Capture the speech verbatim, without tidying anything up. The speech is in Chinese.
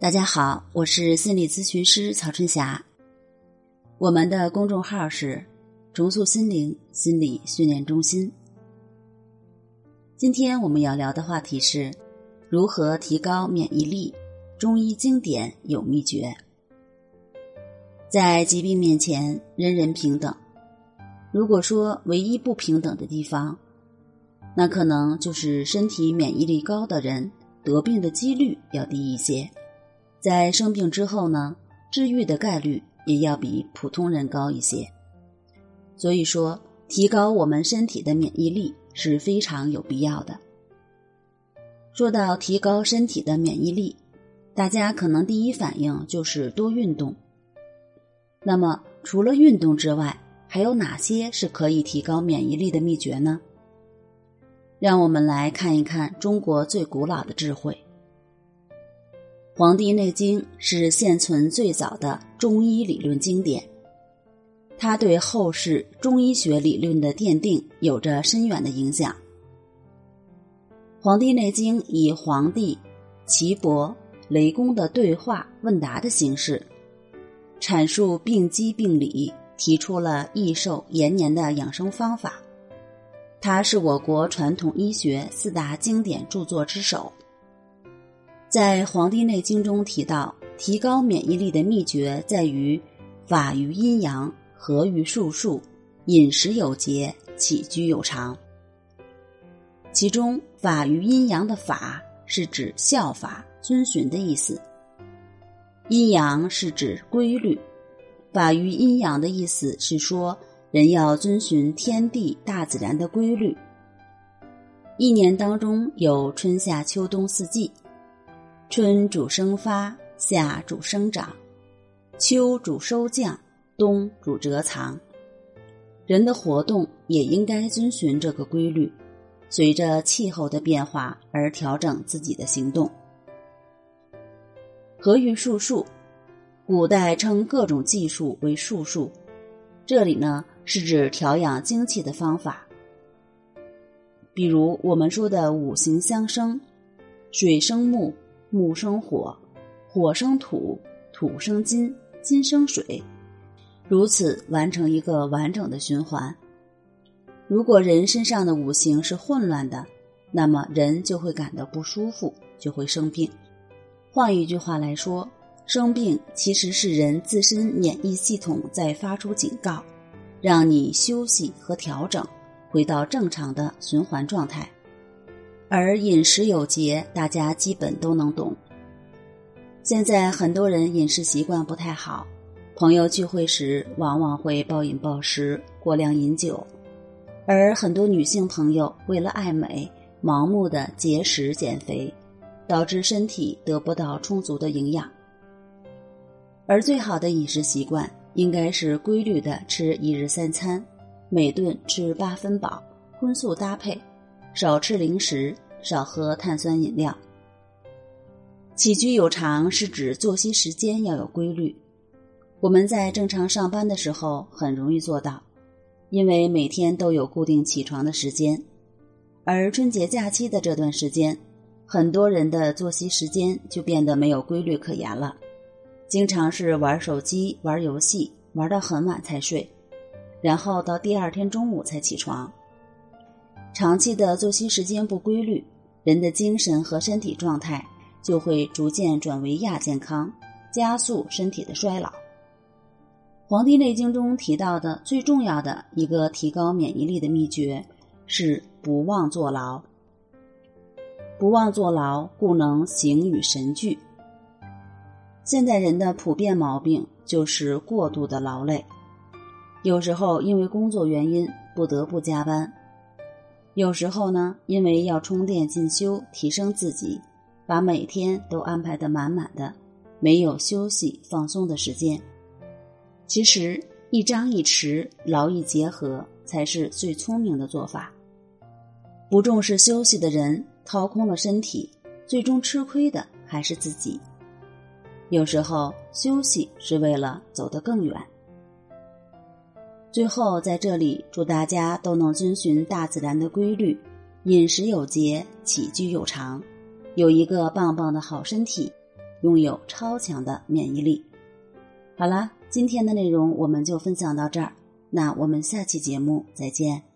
大家好，我是心理咨询师曹春霞。我们的公众号是重塑心灵心理训练中心。今天我们要聊的话题是如何提高免疫力，中医经典有秘诀。在疾病面前，人人平等。如果说唯一不平等的地方，那可能就是身体免疫力高的人得病的几率要低一些。在生病之后呢，治愈的概率也要比普通人高一些。所以说，提高我们身体的免疫力是非常有必要的。说到提高身体的免疫力，大家可能第一反应就是多运动。那么，除了运动之外，还有哪些是可以提高免疫力的秘诀呢？让我们来看一看中国最古老的智慧。《黄帝内经》是现存最早的中医理论经典，它对后世中医学理论的奠定有着深远的影响。《黄帝内经》以黄帝、岐伯、雷公的对话问答的形式，阐述病机病理，提出了益寿延年的养生方法。它是我国传统医学四大经典著作之首。在《黄帝内经》中提到，提高免疫力的秘诀在于法于阴阳，和于术数，饮食有节，起居有常。其中法于阴阳的法是指效法、遵循的意思，阴阳是指规律。法于阴阳的意思是说，人要遵循天地大自然的规律。一年当中有春夏秋冬四季，春主生发，夏主生长，秋主收降，冬主蛰藏。人的活动也应该遵循这个规律，随着气候的变化而调整自己的行动。和于术数，古代称各种技术为术数，这里呢是指调养精气的方法。比如我们说的五行相生，水生木，木生火，火生土，土生金，金生水，如此完成一个完整的循环。如果人身上的五行是混乱的，那么人就会感到不舒服，就会生病。换一句话来说，生病其实是人自身免疫系统在发出警告，让你休息和调整，回到正常的循环状态。而饮食有节，大家基本都能懂。现在很多人饮食习惯不太好，朋友聚会时往往会暴饮暴食，过量饮酒，而很多女性朋友为了爱美，盲目的节食减肥，导致身体得不到充足的营养。而最好的饮食习惯应该是规律的吃一日三餐，每顿吃八分饱，荤素搭配，少吃零食，少喝碳酸饮料。起居有常是指作息时间要有规律。我们在正常上班的时候很容易做到，因为每天都有固定起床的时间。而春节假期的这段时间，很多人的作息时间就变得没有规律可言了，经常是玩手机、玩游戏，玩到很晚才睡，然后到第二天中午才起床。长期的作息时间不规律，人的精神和身体状态就会逐渐转为亚健康，加速身体的衰老。《黄帝内经》中提到的最重要的一个提高免疫力的秘诀是不忘坐牢。不忘坐牢，故能形与神俱。现代人的普遍毛病就是过度的劳累，有时候因为工作原因不得不加班，有时候呢，因为要充电进修提升自己，把每天都安排得满满的，没有休息放松的时间。其实一张一弛，劳逸结合才是最聪明的做法。不重视休息的人，掏空了身体，最终吃亏的还是自己。有时候休息是为了走得更远。最后在这里祝大家都能遵循大自然的规律，饮食有节，起居有常，有一个棒棒的好身体， 拥有超强的免疫力。好啦，今天的内容我们就分享到这儿，那我们下期节目再见。